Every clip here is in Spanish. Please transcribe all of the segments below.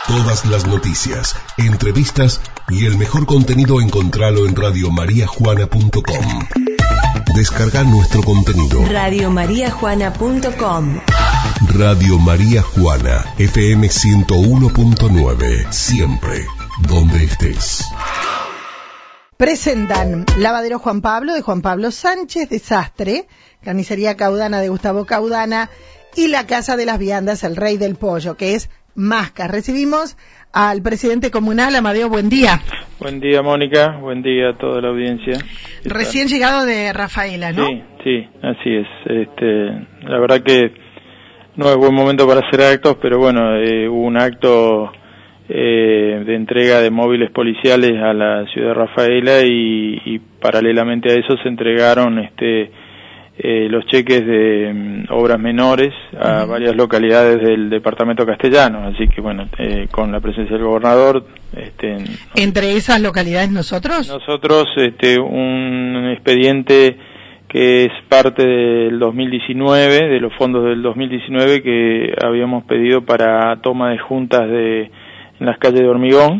Todas las noticias, entrevistas y el mejor contenido encontralo en radiomariajuana.com. Descarga nuestro contenido. radiomariajuana.com. Radio María Juana, FM 101.9. Siempre, donde estés. Presentan Lavadero Juan Pablo de Juan Pablo Sánchez de Sastre, Carnicería Caudana de Gustavo Caudana y la Casa de las Viandas El Rey del Pollo, que es Masca. Recibimos al presidente comunal, Amadeo, buen día. Buen día, Mónica, buen día a toda la audiencia. Recién llegado de Rafaela, ¿no? Sí, así es. La verdad que no es buen momento para hacer actos, pero bueno, hubo un acto de entrega de móviles policiales a la ciudad de Rafaela y paralelamente a eso se entregaron los cheques de obras menores a varias localidades del departamento castellano, así que bueno, con la presencia del gobernador. ¿Entre esas localidades nosotros? Nosotros, un expediente que es parte del 2019, de los fondos del 2019 que habíamos pedido para toma de juntas en las calles de Hormigón,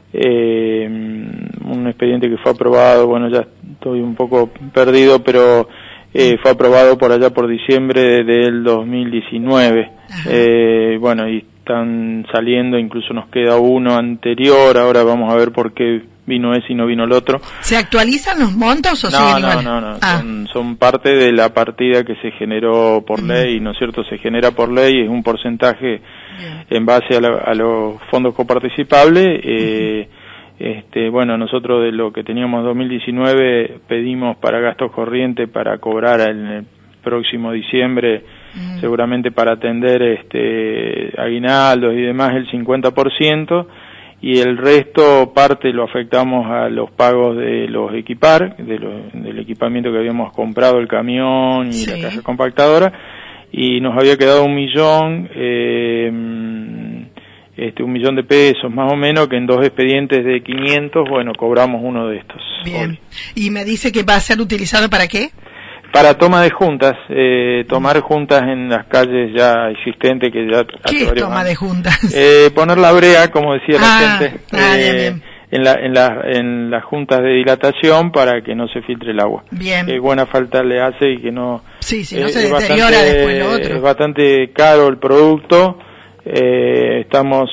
un expediente que fue aprobado, bueno, ya estoy un poco perdido, pero fue aprobado por allá por diciembre del 2019. Bueno, y están saliendo, incluso nos queda uno anterior, ahora vamos a ver por qué vino ese y no vino el otro. ¿Se actualizan los montos o siguen igual? No, son parte de la partida que se generó por ley, ¿no es cierto? Se genera por ley, es un porcentaje en base a los fondos coparticipables. Bueno, nosotros de lo que teníamos 2019 pedimos para gastos corrientes para cobrar en el próximo diciembre, seguramente para atender aguinaldos y demás, el 50%, y el resto parte lo afectamos a los pagos de los equipar, del equipamiento que habíamos comprado, el camión y la caja compactadora, y nos había quedado 1 millón, $1 millón de pesos más o menos, que en 2 expedientes de 500, bueno, cobramos uno de estos. Bien. Hoy. ¿Y me dice que va a ser utilizado para qué? Para toma de juntas, tomar juntas en las calles ya existentes que ya... ¿Qué es toma de juntas? Poner la brea, como decía la gente, bien. en las juntas de dilatación para que no se filtre el agua. Bien. Buena falta le hace y que no... Sí, si no se deteriora después lo otro. Es bastante caro el producto. Estamos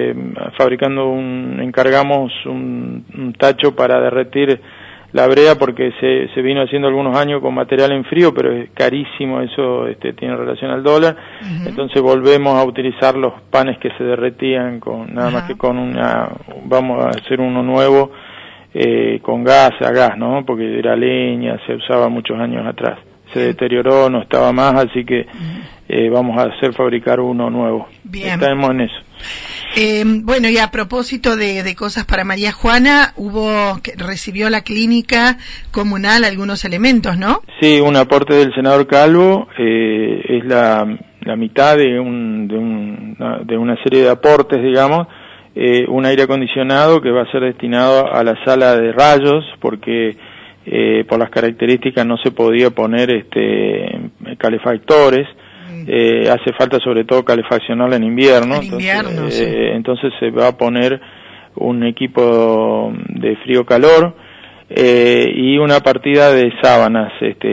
encargamos un tacho para derretir la brea porque se vino haciendo algunos años con material en frío, pero es carísimo, eso tiene relación al dólar. Entonces volvemos a utilizar los panes que se derretían nada más que vamos a hacer uno nuevo con a gas, ¿no? Porque era leña, se usaba muchos años atrás. Se deterioró, no estaba más, así que vamos a fabricar uno nuevo. Bien. Estamos en eso. Bueno, y a propósito de cosas para María Juana, recibió la clínica comunal algunos elementos, ¿no? Sí, un aporte del senador Calvo, es la mitad de una serie de aportes, digamos, un aire acondicionado que va a ser destinado a la sala de rayos, porque por las características no se podía poner calefactores. Hace falta sobre todo calefaccionarla en invierno. Entonces se va a poner un equipo de frío-calor y una partida de sábanas.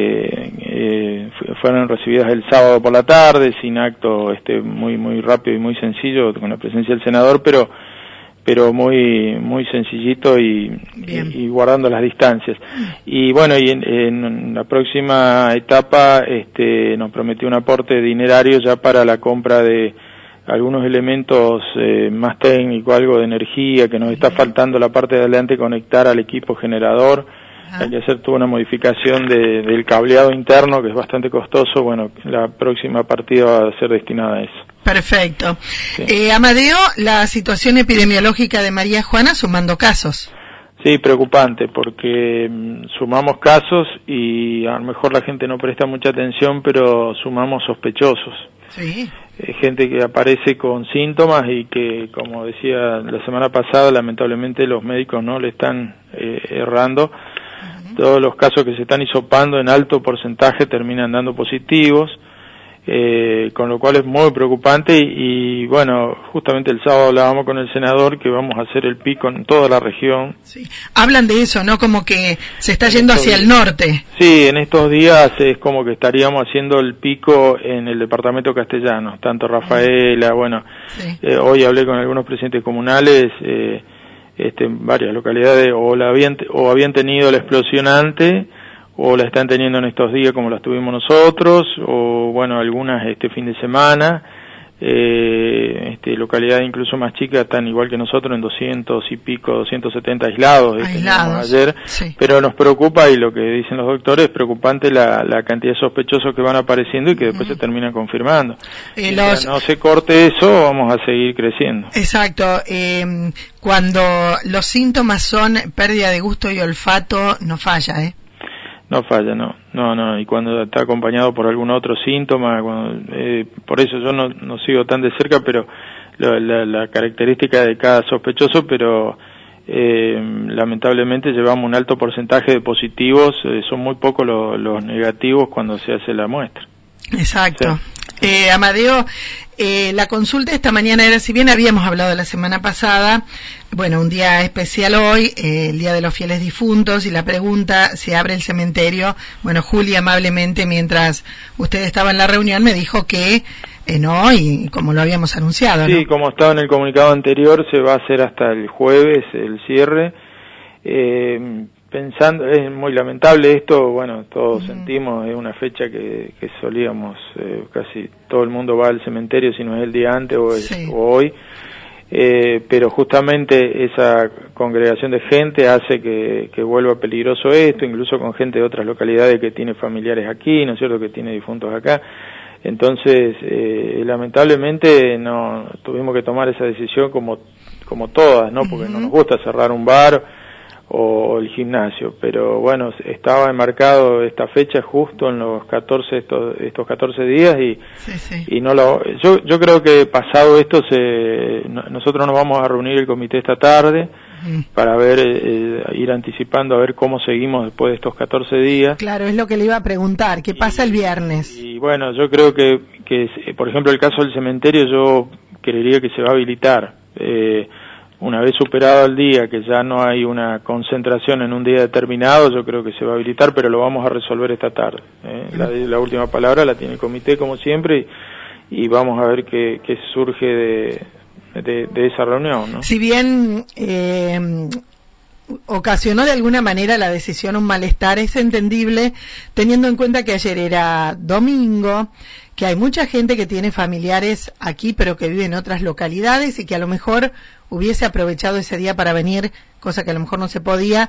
Fueron recibidas el sábado por la tarde, sin acto muy rápido y muy sencillo, con la presencia del senador, pero muy sencillito y guardando las distancias. Y bueno, y en la próxima etapa nos prometió un aporte dinerario ya para la compra de algunos elementos más técnicos, algo de energía, que nos está faltando la parte de adelante, conectar al equipo generador. Hay que hacer toda una modificación del cableado interno, que es bastante costoso. Bueno, la próxima partida va a ser destinada a eso. Perfecto. Sí. Amadeo, la situación epidemiológica de María Juana sumando casos. Sí, preocupante, porque sumamos casos y a lo mejor la gente no presta mucha atención, pero sumamos sospechosos. Sí. Gente que aparece con síntomas y que, como decía la semana pasada, lamentablemente los médicos no le están errando. Todos los casos que se están hisopando en alto porcentaje terminan dando positivos. con lo cual es muy preocupante y bueno, justamente el sábado hablábamos con el senador que vamos a hacer el pico en toda la región. Sí. Hablan de eso, ¿no? Como que se está yendo hacia el norte. Sí, en estos días es como que estaríamos haciendo el pico en el departamento castellano, tanto Rafaela, bueno, sí. Hoy hablé con algunos presidentes comunales, en varias localidades o habían tenido la explosión antes, o la están teniendo en estos días como las tuvimos nosotros, o bueno, algunas este fin de semana, localidades incluso más chicas están igual que nosotros en 200 y pico, 270 aislados ayer, sí. Pero nos preocupa, y lo que dicen los doctores, es preocupante la cantidad de sospechosos que van apareciendo y que después se terminan confirmando. No se corte eso, vamos a seguir creciendo. Exacto. Cuando los síntomas son pérdida de gusto y olfato, no falla, No falla, no, y cuando está acompañado por algún otro síntoma, por eso yo no sigo tan de cerca, pero la característica de cada sospechoso, pero lamentablemente llevamos un alto porcentaje de positivos, son muy pocos los negativos cuando se hace la muestra. Exacto. Sí. Amadeo, la consulta esta mañana era, si bien habíamos hablado la semana pasada, bueno, un día especial hoy, el Día de los Fieles Difuntos, y la pregunta, ¿se abre el cementerio? Bueno, Julia amablemente, mientras usted estaba en la reunión, me dijo que no, y como lo habíamos anunciado, sí, ¿no? Como estaba en el comunicado anterior, se va a hacer hasta el jueves el cierre. Pensando, es muy lamentable esto, bueno, todos sentimos, es una fecha que solíamos, casi todo el mundo va al cementerio, si no es el día antes o hoy, pero justamente esa congregación de gente hace que vuelva peligroso esto, incluso con gente de otras localidades que tiene familiares aquí, ¿no es cierto?, que tiene difuntos acá. Entonces, lamentablemente no tuvimos que tomar esa decisión como todas, ¿no?, porque no nos gusta cerrar un bar o el gimnasio, pero bueno, estaba enmarcado esta fecha justo en los 14 estos 14 días y no yo creo que pasado esto nosotros nos vamos a reunir el comité esta tarde para ver ir anticipando a ver cómo seguimos después de estos 14 días. Claro, es lo que le iba a preguntar, ¿qué pasa el viernes? Y bueno, yo creo que por ejemplo el caso del cementerio yo creería que se va a habilitar una vez superado el día, que ya no hay una concentración en un día determinado, yo creo que se va a habilitar, pero lo vamos a resolver esta tarde. La última palabra la tiene el comité, como siempre, y vamos a ver qué surge de esa reunión, ¿no? Si bien ocasionó de alguna manera la decisión un malestar, es entendible, teniendo en cuenta que ayer era domingo, que hay mucha gente que tiene familiares aquí, pero que vive en otras localidades y que a lo mejor hubiese aprovechado ese día para venir, cosa que a lo mejor no se podía,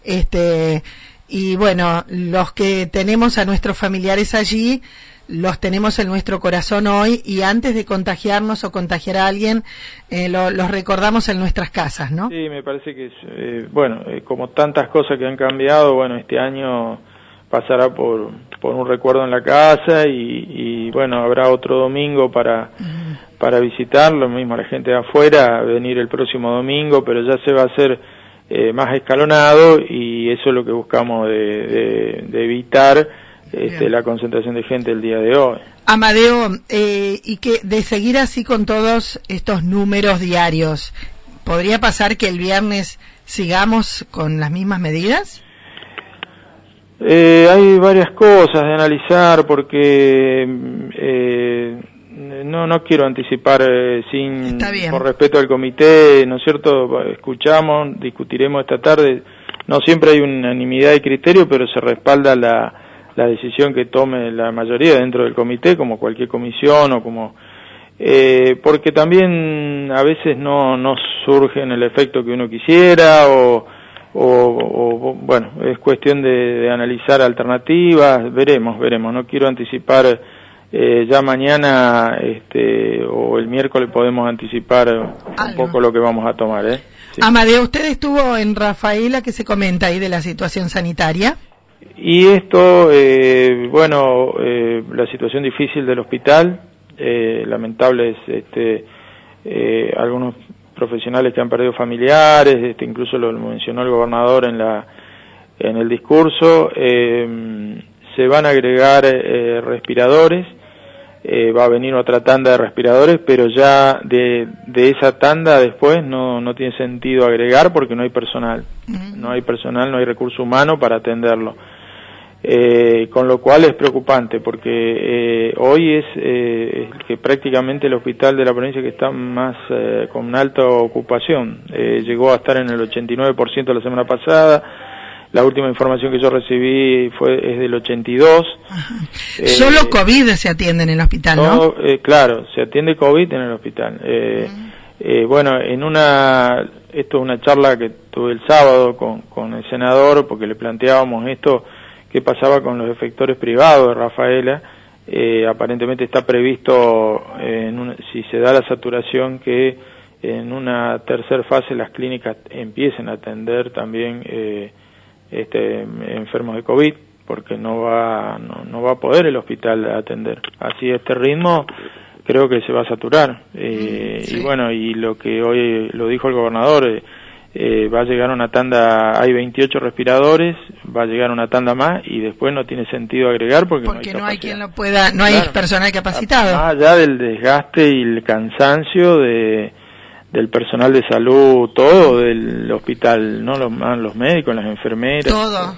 y bueno, los que tenemos a nuestros familiares allí, los tenemos en nuestro corazón hoy, y antes de contagiarnos o contagiar a alguien, los recordamos en nuestras casas, ¿no? Sí, me parece que como tantas cosas que han cambiado, bueno, este año pasará por un recuerdo en la casa y bueno, habrá otro domingo para visitar, lo mismo la gente de afuera, venir el próximo domingo, pero ya se va a hacer más escalonado, y eso es lo que buscamos de evitar la concentración de gente el día de hoy. Amadeo, y que de seguir así con todos estos números diarios, ¿podría pasar que el viernes sigamos con las mismas medidas? Hay varias cosas de analizar porque no quiero anticipar por respeto al comité, ¿no es cierto? Escuchamos, discutiremos esta tarde. No siempre hay unanimidad de criterio, pero se respalda la decisión que tome la mayoría dentro del comité, como cualquier comisión o como porque también a veces no surge en el efecto que uno quisiera o bueno, es cuestión de analizar alternativas, veremos, no quiero anticipar, ya mañana o el miércoles podemos anticipar un poco lo que vamos a tomar, Sí. Amadeo, ¿usted estuvo en Rafaela? ¿Qué se comenta ahí de la situación sanitaria? Y esto, la situación difícil del hospital, lamentable es algunos profesionales que han perdido familiares, incluso lo mencionó el gobernador en el discurso. Se van a agregar respiradores, va a venir otra tanda de respiradores, pero ya de esa tanda después no tiene sentido agregar porque no hay personal. No hay personal, no hay recurso humano para atenderlo. Con lo cual es preocupante porque hoy es que prácticamente el hospital de la provincia que está más con alta ocupación. Llegó a estar en el 89% la semana pasada. La última información que yo recibí es del 82. Solo COVID se atiende en el hospital, ¿no? Claro, se atiende COVID en el hospital. Bueno, esto es una charla que tuve el sábado con el senador, porque le planteábamos esto, qué pasaba con los efectores privados de Rafaela. Aparentemente está previsto, si se da la saturación, que en una tercera fase las clínicas empiecen a atender también enfermos de COVID, porque no va a poder el hospital atender. Así, este ritmo creo que se va a saturar. Sí. Y bueno, y lo que hoy lo dijo el gobernador, va a llegar una tanda, hay 28 respiradores, va a llegar una tanda más y después no tiene sentido agregar porque no hay quien lo pueda, no hay personal capacitado. Más allá del desgaste y el cansancio del personal de salud, todo del hospital, no los médicos, las enfermeras,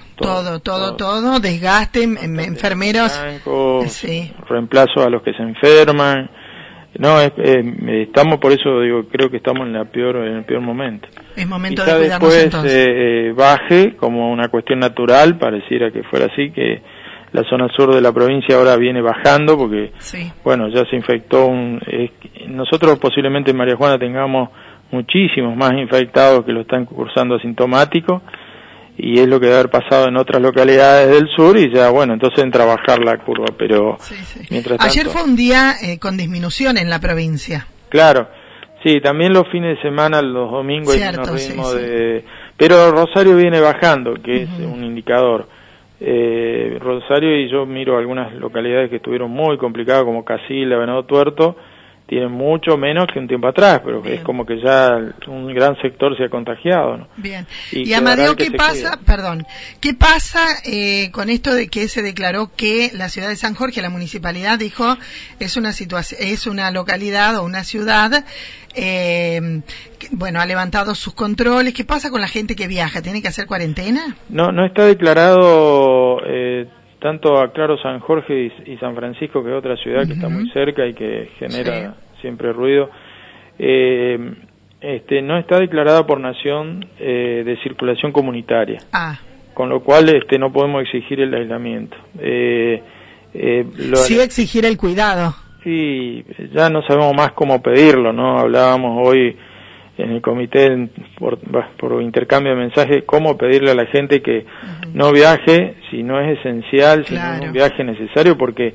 todo, desgaste, enfermeros, sí. Reemplazo a los que se enferman. No, estamos, por eso digo, creo que estamos en el peor momento. Es momento quizá de cuidarnos después baje como una cuestión natural, pareciera que fuera así, que la zona sur de la provincia ahora viene bajando porque, bueno, ya se infectó nosotros posiblemente en María Juana tengamos muchísimos más infectados que lo están cursando asintomáticos, y es lo que debe haber pasado en otras localidades del sur, y ya, bueno, entonces entra a bajar la curva, pero mientras tanto... Ayer fue un día con disminución en la provincia. Claro, sí, también los fines de semana, los domingos hay menos ritmo pero Rosario viene bajando, que es un indicador. Rosario, y yo miro algunas localidades que estuvieron muy complicadas como Casilda, Venado Tuerto, tienen mucho menos que un tiempo atrás, pero es como que ya un gran sector se ha contagiado, ¿no? Bien. Y Amadeo, ¿qué pasa con esto de que se declaró que la ciudad de San Jorge, la municipalidad dijo, es una localidad o una ciudad, ha levantado sus controles? ¿Qué pasa con la gente que viaja? ¿Tiene que hacer cuarentena? No está declarado, tanto aclaro San Jorge y San Francisco, que es otra ciudad que está muy cerca y que genera siempre ruido. No está declarada por nación de circulación comunitaria, con lo cual no podemos exigir el aislamiento. Sí exigir el cuidado. Sí, ya no sabemos más cómo pedirlo, ¿no? Hablábamos hoy en el comité por intercambio de mensajes cómo pedirle a la gente que no viaje si no es esencial, si no es un viaje necesario, porque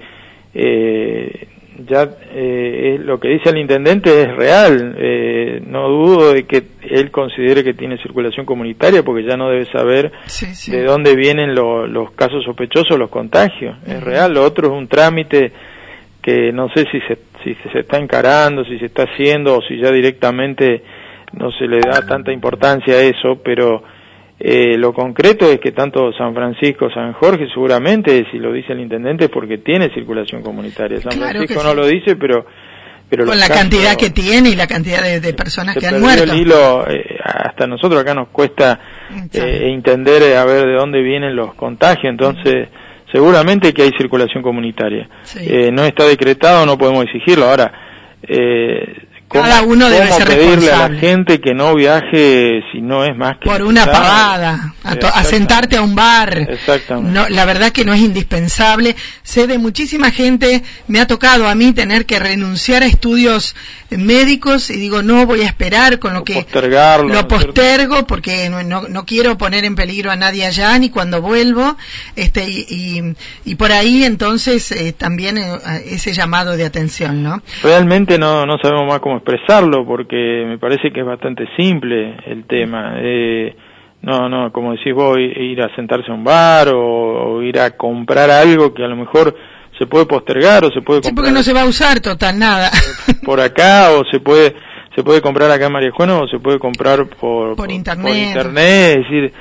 lo que dice el intendente es real. No dudo de que él considere que tiene circulación comunitaria, porque ya no debe saber de dónde vienen los casos sospechosos, los contagios. Es real. Lo otro es un trámite que no sé si se está encarando, si se está haciendo, o si ya directamente no se le da tanta importancia a eso, pero lo concreto es que tanto San Francisco, San Jorge, seguramente, si lo dice el intendente, es porque tiene circulación comunitaria. San Francisco no lo dice, pero con la cantidad que tiene y la cantidad de personas que han muerto. El hilo, hasta nosotros acá nos cuesta entender a ver de dónde vienen los contagios, entonces seguramente que hay circulación comunitaria. No está decretado, no podemos exigirlo. Ahora, cada uno debe ser pedirle responsable a la gente que no viaje si no es más que por una pavada, a sentarte a un bar? Exactamente. No, la verdad que no es indispensable. Sé de muchísima gente, me ha tocado a mí tener que renunciar a estudios médicos y digo, no, voy a esperar con lo que lo postergo porque no quiero poner en peligro a nadie allá ni cuando vuelvo, y por ahí entonces también ese llamado de atención, ¿no? Realmente no sabemos más cómo expresarlo, porque me parece que es bastante simple el tema. No, como decís vos, ir a sentarse a un bar o ir a comprar algo que a lo mejor se puede postergar o se puede comprar. Sí, porque no se va a usar total nada. Por acá, o se puede comprar acá en María Juana, o se puede comprar por internet. Es decir,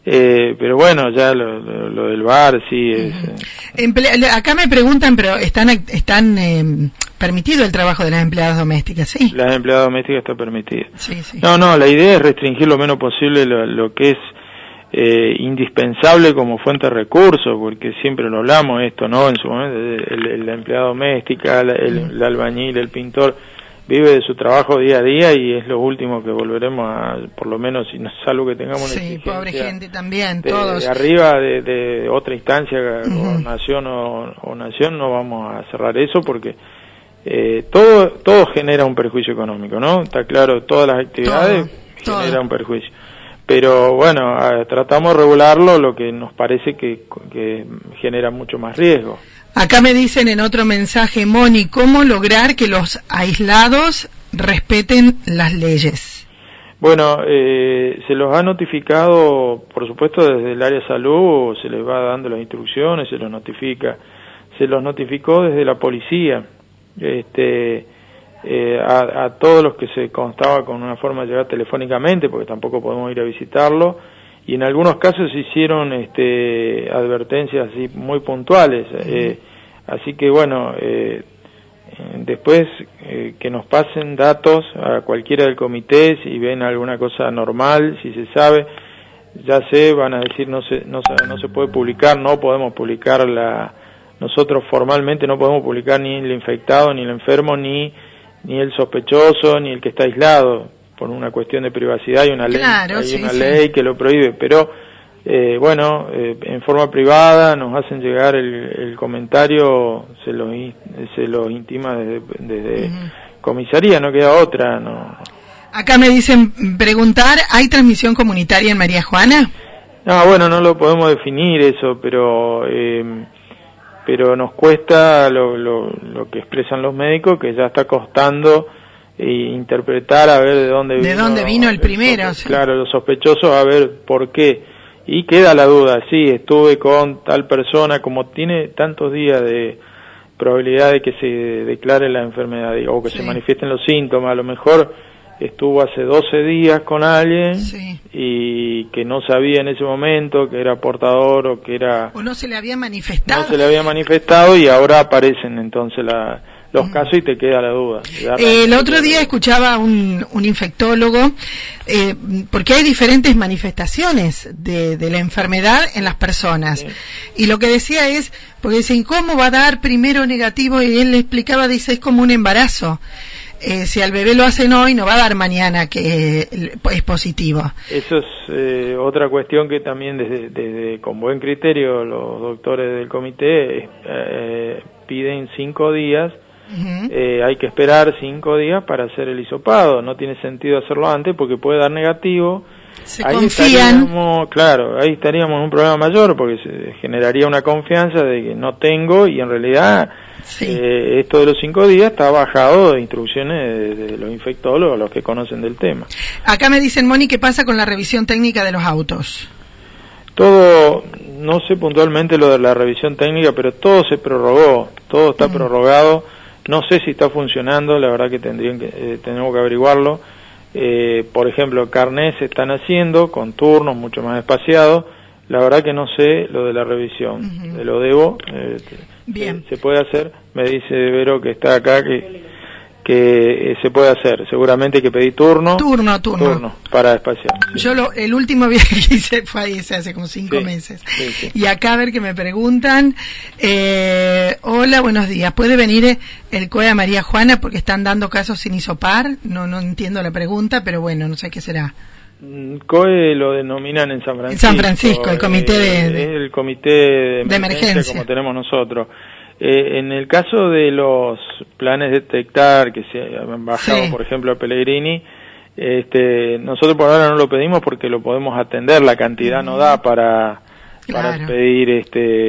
pero bueno, ya lo del bar sí es... Acá me preguntan, pero están permitido el trabajo de las empleadas domésticas, ¿sí? Las empleadas domésticas está permitido. Sí. No, la idea es restringir lo menos posible lo que es indispensable como fuente de recursos, porque siempre lo hablamos esto, ¿no? En su momento, la empleada doméstica, el albañil, el pintor, vive de su trabajo día a día y es lo último que volveremos a, por lo menos, si no es algo que tengamos una exigencia. Sí, pobre gente también, todos. De arriba, de otra instancia, gobernación o nación, no vamos a cerrar eso porque todo genera un perjuicio económico, ¿no? Está claro, todas las actividades generan un perjuicio. Pero bueno, tratamos de regularlo, lo que nos parece que genera mucho más riesgo. Acá me dicen en otro mensaje, Moni, ¿cómo lograr que los aislados respeten las leyes? Bueno, se los ha notificado, por supuesto, desde el área de salud, se les va dando las instrucciones, se los notifica. Se los notificó desde la policía, a todos los que se constaba con una forma de llegar telefónicamente, porque tampoco podemos ir a visitarlo, y en algunos casos se hicieron advertencias así muy puntuales, así que bueno, después que nos pasen datos a cualquiera del comité si ven alguna cosa normal, si se sabe, ya van a decir no se puede publicar, no podemos publicar nosotros formalmente no podemos publicar ni el infectado, ni el enfermo, ni el sospechoso, ni el que está aislado, por una cuestión de privacidad. Hay una ley, ley que lo prohíbe, pero en forma privada nos hacen llegar el comentario, se los intima desde comisaría, no queda otra, no. Acá me dicen preguntar, ¿hay transmisión comunitaria en María Juana? No, bueno, no lo podemos definir eso, pero nos cuesta lo que expresan los médicos, que ya está costando interpretar a ver de dónde vino el primero. Sí. Claro, los sospechosos, a ver por qué. Y queda la duda, sí, estuve con tal persona, como tiene tantos días de probabilidad de que se declare la enfermedad o que se manifiesten los síntomas, a lo mejor estuvo hace 12 días con alguien y que no sabía en ese momento que era portador o que era... O no se le había manifestado. No se le había manifestado y ahora aparecen entonces los casos y te queda la duda. El otro día escuchaba un infectólogo, porque hay diferentes manifestaciones de la enfermedad en las personas. Sí. Y lo que decía es, porque dicen, ¿cómo va a dar primero negativo? Y él le explicaba, dice, es como un embarazo. Si al bebé lo hacen hoy, no va a dar mañana que es positivo. Eso es otra cuestión que también desde con buen criterio los doctores del comité piden 5 días. Hay que esperar 5 días para hacer el hisopado. No tiene sentido hacerlo antes porque puede dar negativo. Ahí confían. Ahí estaríamos en un problema mayor porque se generaría una confianza de que no tengo y en realidad esto de los 5 días está bajado de instrucciones de los infectólogos, los que conocen del tema. Acá me dicen, Moni, ¿qué pasa con la revisión técnica de los autos? Todo, no sé puntualmente lo de la revisión técnica, pero todo se prorrogó, todo está prorrogado. No sé si está funcionando, la verdad que tenemos que averiguarlo. Por ejemplo, carnés se están haciendo con turnos mucho más espaciados. La verdad que no sé lo de la revisión, te lo debo. Bien. Se puede hacer, me dice Vero que está acá que se puede hacer. Seguramente hay que pedir turno para espaciar. Sí. Yo el último viaje que hice fue ahí hace como 5 meses. Sí. Y acá a ver que me preguntan, hola, buenos días, ¿puede venir el COE a María Juana porque están dando casos sin hisopar? No entiendo la pregunta, pero bueno, no sé qué será. COE lo denominan en San Francisco. En San Francisco, el comité el comité de emergencia como tenemos nosotros. En el caso de los planes de detectar que se han bajado, por ejemplo, a Pellegrini, nosotros por ahora no lo pedimos porque lo podemos atender, la cantidad no da para pedir,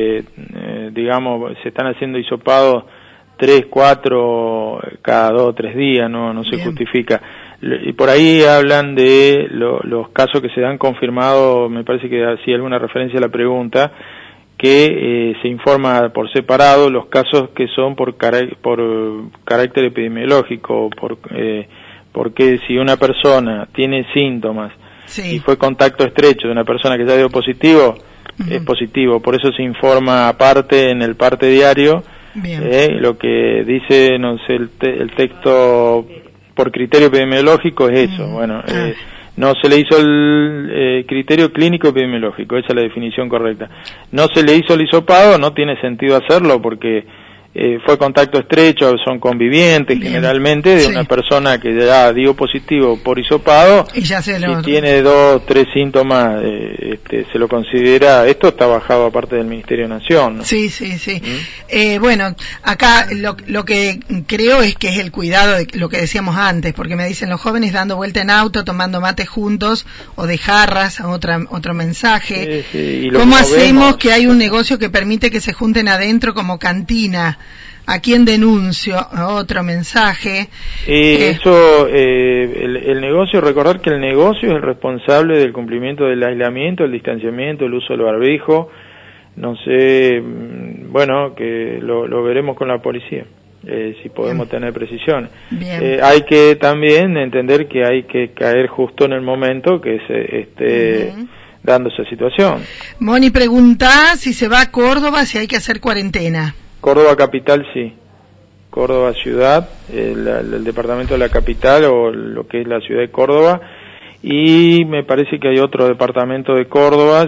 digamos, se están haciendo hisopados 3, 4 cada 2 o 3 días, no se justifica. Y por ahí hablan de los casos que se han confirmado, me parece que hacía alguna referencia a la pregunta, que se informa por separado los casos que son por carácter epidemiológico, porque si una persona tiene síntomas y fue contacto estrecho de una persona que ya dio positivo, es positivo. Por eso se informa aparte en el parte diario. Lo que dice, no sé, el texto por criterio epidemiológico es eso. Bueno, no se le hizo el criterio clínico epidemiológico, esa es la definición correcta. No se le hizo el hisopado, no tiene sentido hacerlo porque fue contacto estrecho, son convivientes generalmente de una persona que ya dio positivo por hisopado, y ya si tiene 2, 3 síntomas, se lo considera, esto está bajado aparte del Ministerio de Nación, ¿no? Sí. Bueno, acá lo que creo es que es el cuidado de lo que decíamos antes, porque me dicen los jóvenes dando vuelta en auto, tomando mate juntos, o de jarras, otro mensaje. Y ¿Cómo hacemos que hay un negocio que permite que se junten adentro como cantina? ¿A quién denuncio? Otro mensaje. Eso, el negocio, recordar que el negocio es el responsable del cumplimiento del aislamiento, el distanciamiento, el uso del barbijo. No sé, bueno, que lo veremos con la policía, si podemos tener precisión. Hay que también entender que hay que caer justo en el momento que se esté dando esa situación. Moni pregunta si se va a Córdoba, si hay que hacer cuarentena. Córdoba capital sí, Córdoba ciudad, el departamento de la capital o lo que es la ciudad de Córdoba, y me parece que hay otro departamento de Córdoba,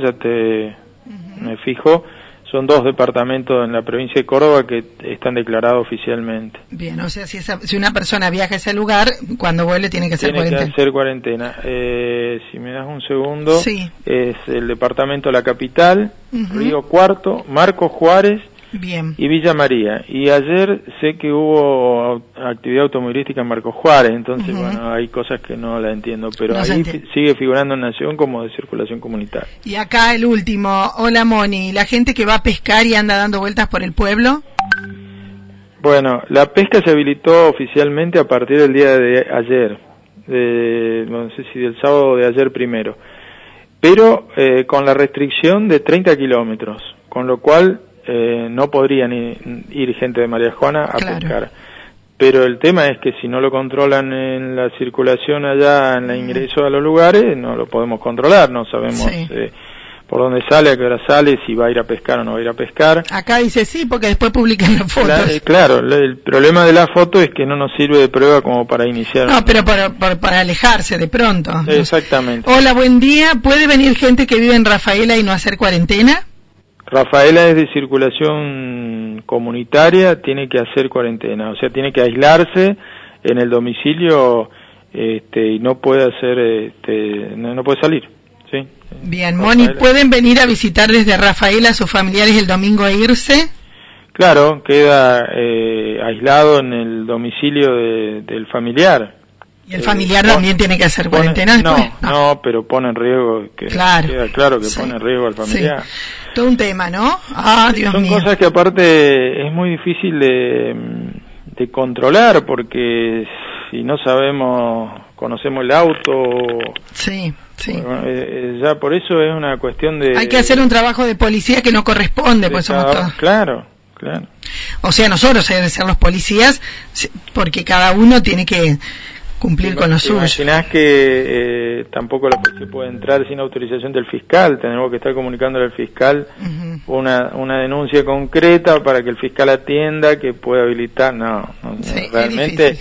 me fijo, son 2 departamentos en la provincia de Córdoba que están declarados oficialmente. Bien, o sea, si una persona viaja a ese lugar, cuando vuelve tiene que hacer cuarentena. Tiene que hacer cuarentena. Si me das un segundo, es el departamento de la capital, Río Cuarto, Marcos Juárez, y Villa María. Y ayer sé que hubo actividad automovilística en Marcos Juárez, entonces bueno, hay cosas que no la entiendo, pero ahí sigue figurando en Nación como de circulación comunitaria. Y acá el último, hola Moni, ¿la gente que va a pescar y anda dando vueltas por el pueblo? Bueno, la pesca se habilitó oficialmente a partir del día de ayer, no sé si del sábado de ayer primero, pero con la restricción de 30 kilómetros, con lo cual no podrían ir gente de María Juana a pescar. Pero el tema es que si no lo controlan en la circulación allá, en el ingreso a los lugares, no lo podemos controlar, no sabemos por dónde sale, a qué hora sale, si va a ir a pescar o no va a ir a pescar. Acá dice sí, porque después publican las fotos. Claro, el problema de la foto es que no nos sirve de prueba como para iniciar. No, pero para alejarse de pronto. Exactamente. Hola, buen día. ¿Puede venir gente que vive en Rafaela y no hacer cuarentena? Rafaela es de circulación comunitaria, tiene que hacer cuarentena, o sea, tiene que aislarse en el domicilio y no puede hacer, no puede salir, ¿sí? Bien, Moni, ¿pueden venir a visitar desde Rafaela a sus familiares el domingo e irse? Claro, queda aislado en el domicilio del familiar. ¿Y el familiar también tiene que hacer cuarentena después? No, pero pone en riesgo, queda claro que pone en riesgo al familiar. Todo un tema, ¿no? Dios mío. Son cosas que aparte es muy difícil de controlar, porque si no conocemos el auto. Bueno, ya por eso es una cuestión de. Hay que hacer un trabajo de policía que no corresponde, pues somos todos. Claro. O sea, nosotros deben ser los policías, porque cada uno tiene que cumplir con lo suyo. Imaginás que tampoco la policía puede entrar sin autorización del fiscal, tenemos que estar comunicándole al fiscal una denuncia concreta para que el fiscal atienda, que pueda habilitar, realmente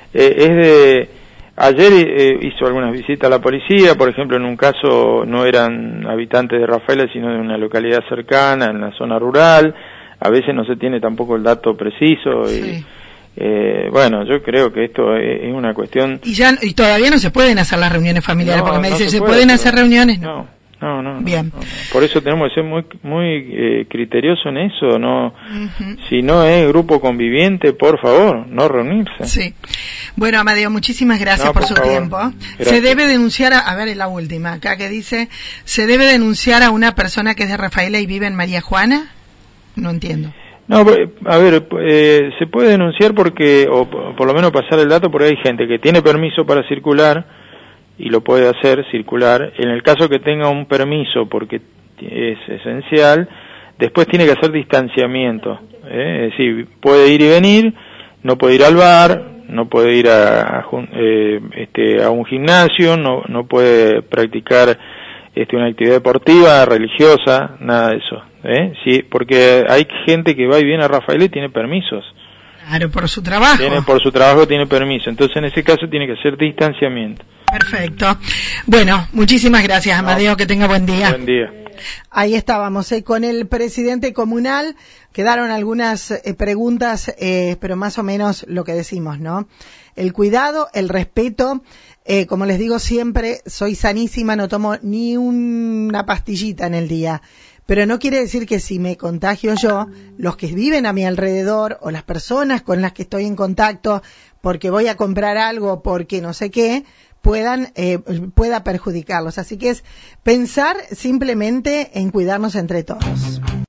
ayer hizo algunas visitas a la policía, por ejemplo, en un caso no eran habitantes de Rafaela, sino de una localidad cercana, en la zona rural, a veces no se tiene tampoco el dato preciso bueno, yo creo que esto es una cuestión. Y todavía no se pueden hacer las reuniones familiares, porque me dicen, ¿se pueden hacer reuniones? No. Bien. No. Por eso tenemos que ser muy criteriosos en eso, no. Si no es grupo conviviente, por favor, no reunirse. Sí. Bueno, Amadeo, muchísimas gracias por su tiempo. Gracias. Se debe denunciar a ver, es la última, acá que dice, ¿se debe denunciar a una persona que es de Rafaela y vive en María Juana? No entiendo. No, a ver, se puede denunciar porque, o por lo menos pasar el dato, porque hay gente que tiene permiso para circular y lo puede hacer circular. En el caso que tenga un permiso, porque es esencial, después tiene que hacer distanciamiento. Es decir, puede ir y venir, no puede ir al bar, no puede ir a un gimnasio, no puede practicar una actividad deportiva, religiosa, nada de eso, sí, porque hay gente que va y viene a Rafaela y tiene permisos. Claro, por su trabajo. Por su trabajo tiene permiso, entonces en ese caso tiene que hacer distanciamiento. Perfecto. Bueno, muchísimas gracias, Amadeo, que tenga buen día. Buen día. Ahí estábamos, con el presidente comunal. Quedaron algunas preguntas, pero más o menos lo que decimos, ¿no? El cuidado, el respeto, como les digo siempre, soy sanísima, no tomo ni una pastillita en el día. Pero no quiere decir que si me contagio yo, los que viven a mi alrededor o las personas con las que estoy en contacto, porque voy a comprar algo, porque no sé qué, pueda perjudicarlos. Así que es pensar simplemente en cuidarnos entre todos.